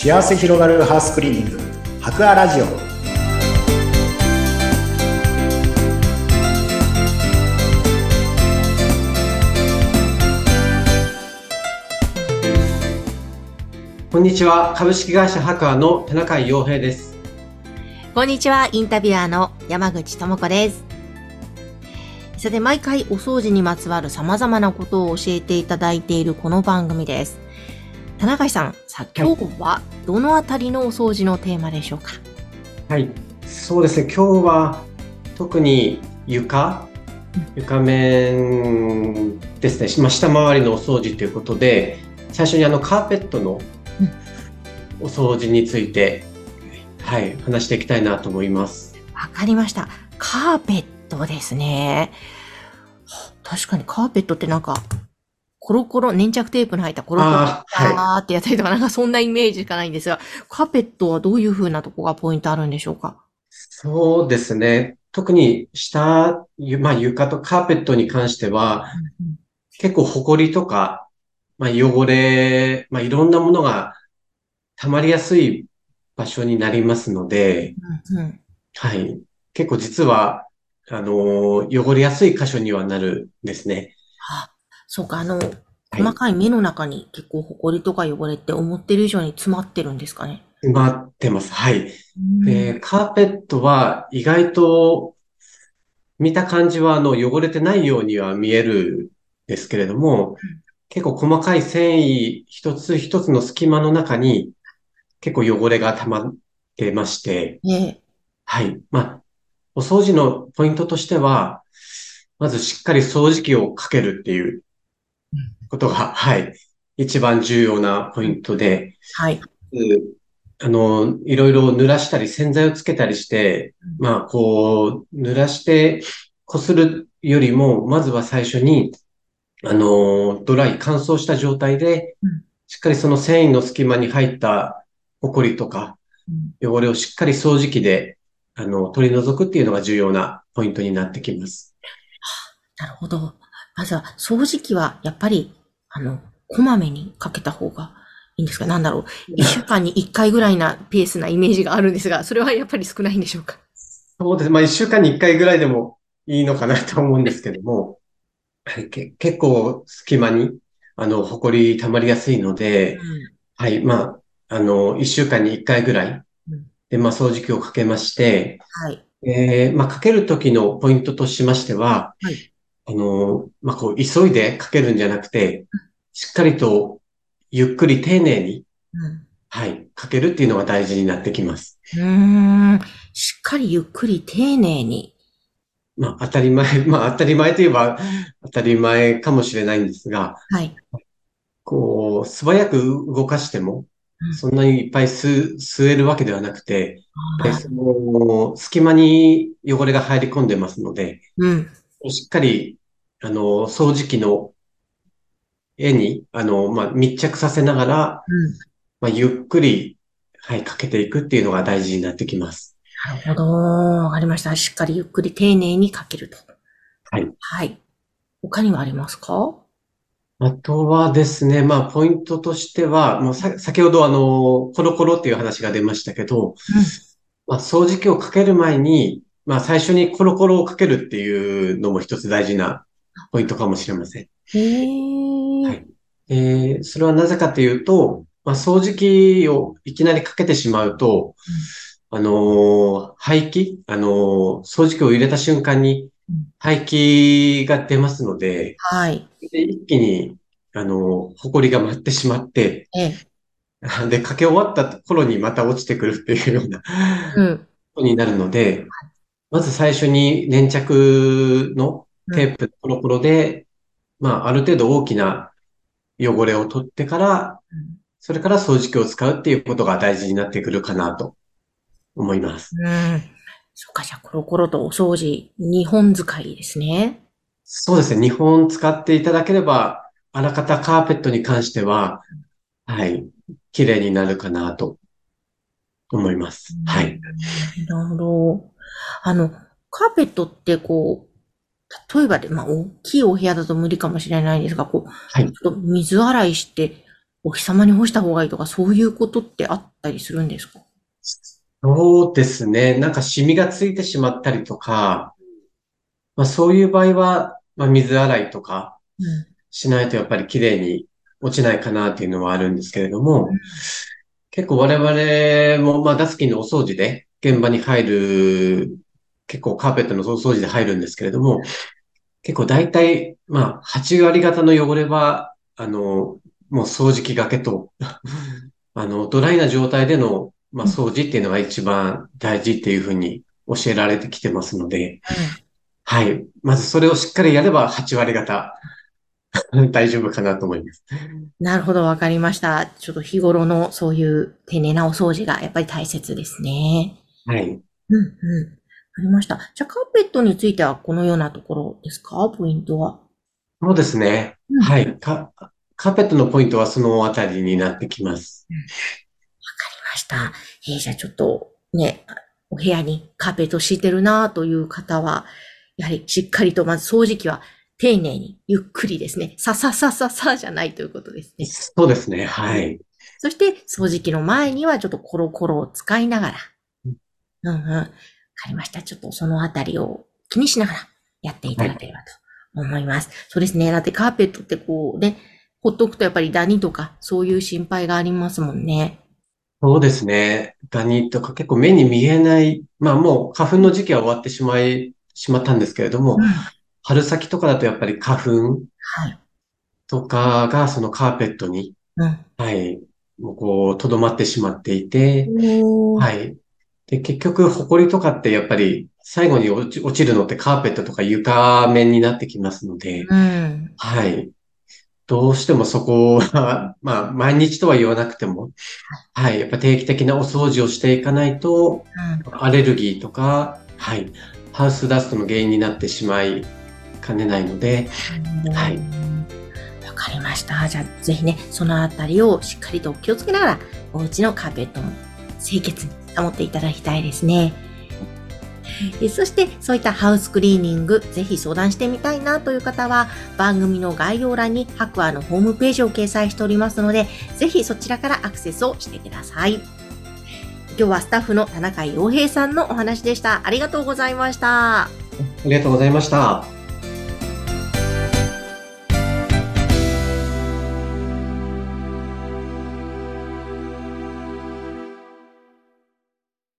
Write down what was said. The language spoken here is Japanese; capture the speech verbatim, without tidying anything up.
幸せ広がるハウスクリーニング、博アラジオ。 こんにちは。株式会社博アの田中洋平です。 こんにちは。インタビュアーの山口智子です。さて、毎回お掃除にまつわる様々なことを教えていただいているこの番組です。田中さん、さあ今日はどのあたりのお掃除のテーマでしょうか？ はい、そうですね。今日は特に床、床面ですね。まあ、下回りのお掃除ということで、最初にあのカーペットのお掃除について、はい、話していきたいなと思います。 わかりました。カーペットですね。確かにカーペットってなんか、コロコロ、粘着テープの入ったコロコロあーはいあーってやったりとか、なんかそんなイメージしかないんですが、カーペットはどういう風なとこがポイントあるんでしょうか？ そうですね。特に下、ゆまあ、床とカーペットに関しては、 うん結構ホコリとか、まあ、汚れ、まあ、いろんなものが溜まりやすい場所になりますので、 うんうんはい。結構実は、あのー汚れやすい箇所にはなるんですね。 あ、そうか、あの、 はい。 細かい目の中に結構ホコリとか汚れって思ってる以上に詰まってるんですかね？ 埋まってます。はい。 うん。 で、カーペットは意外と見た感じはあの汚れてないようには見えるんですけれども、結構細かい繊維一つ一つの隙間の中に結構汚れが溜まってまして、 ええ。 はい。まあ、お掃除のポイントとしては、まずしっかり掃除機をかけるっていうことが、はい、一番重要なポイントで、 はい。 うんあの、いろいろ濡らしたり洗剤をつけたりして、まあ、こう、濡らしてこするよりも、まずは最初に、あの、ドライ、乾燥した状態で、 うんしっかりその繊維の隙間に入ったホコリとかうん汚れをしっかり掃除機で、あの、取り除くっていうのが重要なポイントになってきます。 なるほど。まずは、掃除機はやっぱり、あの、こまめにかけた方がいいんですか？なんだろう。一週間に一回ぐらいなペースなイメージがあるんですが、それはやっぱり少ないんでしょうか？ そうですね。まあ、一週間に一回ぐらいでもいいのかなと思うんですけども、はい、け、結構隙間に、あの、ほこり溜まりやすいので、 うん。 はい、まあ、あの、一週間に一回ぐらいうん。 で、まあ、掃除機をかけまして、 はい。 えー、まあ、かける時のポイントとしましては、 はい。 あの、まあ、こう、急いでかけるんじゃなくて、しっかりと、ゆっくり丁寧に、 うん。 はい、かけるっていうのが大事になってきます。 うーん。しっかりゆっくり丁寧に。 まあ、当たり前、まあ、当たり前といえば当たり前かもしれないんですが、 はい。 こう、素早く動かしても、 うん。 そんなにいっぱい吸、吸えるわけではなくて、えあその、隙間に汚れが入り込んでますので、 うん。 しっかり、あの、掃除機の絵に、あの、まあ、密着させながら、 うん。 まあ、ゆっくり、はい、かけていくっていうのが大事になってきます。 なるほど。わかりました。しっかりゆっくり丁寧にかけると。 はい。 はい。他にはありますか？ あとはですね、まあ、ポイントとしては、もうさ、先ほどあの、コロコロっていう話が出ましたけど、 うん。 まあ、掃除機をかける前に、まあ、最初にコロコロをかけるっていうのも一つ大事なポイントかもしれません。 へえ。 はい。えー、それはなぜかというと、まあ、掃除機をいきなりかけてしまうと、 うん。 あのー排気、あのー掃除機を入れた瞬間にうん。 排気が出ますので、 はい。 で一気に、あのー、埃が舞ってしまって、 ええ。 で、かけ終わった頃にまた落ちてくるっていうようなうん。 ことになるので、まず最初に粘着のうん。 テープ、コロコロで、まあ、ある程度大きな汚れを取ってから、それから掃除機を使うっていうことが大事になってくるかなと思います。 うん。そっか、じゃあ、コロコロとお掃除、日本使いですね。 そうですね。にほん使っていただければ、あらかたカーペットに関しては、はい、綺麗になるかなと思いまうす。はい。 ん。なるほど。あの、カーペットってこう、例えばで、まあ、大きいお部屋だと無理かもしれないんですが、こう、 はい。 ちょっと水洗いして、 お日様に干した方がいいとか、そういうことってあったりするんですか？ そうですね。なんかシミがついてしまったりとか、まあそういう場合は、まあ水洗いとかうん。 しないとやっぱり綺麗に落ちないかなっていうのはあるんですけれども、結構我々も、まあダスキンのお掃除で現場に入る、結構カーペットのお掃除で入るんですけれども、結構大体、まあはち割方の汚れは、あの、もう掃除機がけと、あの、ドライな状態での、まあ、 うん。 掃除っていうのが一番大事っていうふうに教えられてきてますので、 うん。 はい。まずそれをしっかりやればはち割方大丈夫かなと思います。 なるほど、わかりました。ちょっと日頃のそういう丁寧なお掃除がやっぱり大切ですね。 はい。 うん、うん。わかりました。じゃあ、カーペットについてはこのようなところですか？ポイントは。 そうですね。 うん。わかはい。か、カーペットのポイントはそのあたりになってきます。 りました。えーじゃあちょっとね、お部屋にカーペット敷いてるなという方は、やはりしっかりとまず掃除機は丁寧にゆっくりですね。さささささじゃないということですね。 そうですね。はい。 そして掃除機の前にはちょっとコロコロを使いながら、うんうん。わかりました。ちょっとそのあたりを気にしながらやっていたはい。 だければと思います。そうですね。だってカーペットってこうね、ほっとくとやっぱりダニとかそういう心配がありますもんね。 そうですね。ダニとか結構目に見えない、まあもう花粉の時期は終わってしまい、しまったんですけれども、 うん。 春先とかだとやっぱり花粉はい。 とかがそのカーペットに、 うん。 はい、もうこう、とどまってしまっていて、 おー。 はい。で、結局、ホコリとかってやっぱり最後に落ち、落ちるのってカーペットとか床面になってきますので、 うん。 はい。どうしてもそこは、まあ、毎日とは言わなくても、はい。やっぱ定期的なお掃除をしていかないと、アレルギーとか、はい。ハウスダストの原因になってしまいかねないので、 うん。 はい。 わかりました。じゃあ、ぜひね、そのあたりをしっかりと気をつけながら、お家のカーペットも清潔に保っていただきたいですね。えそして、そういったハウスクリーニング、ぜひ相談してみたいなという方は、番組の概要欄に白亜のホームページを掲載しておりますので、ぜひそちらからアクセスをしてください。今日はスタッフの田中洋平さんのお話でした。ありがとうございました。 ありがとうございました。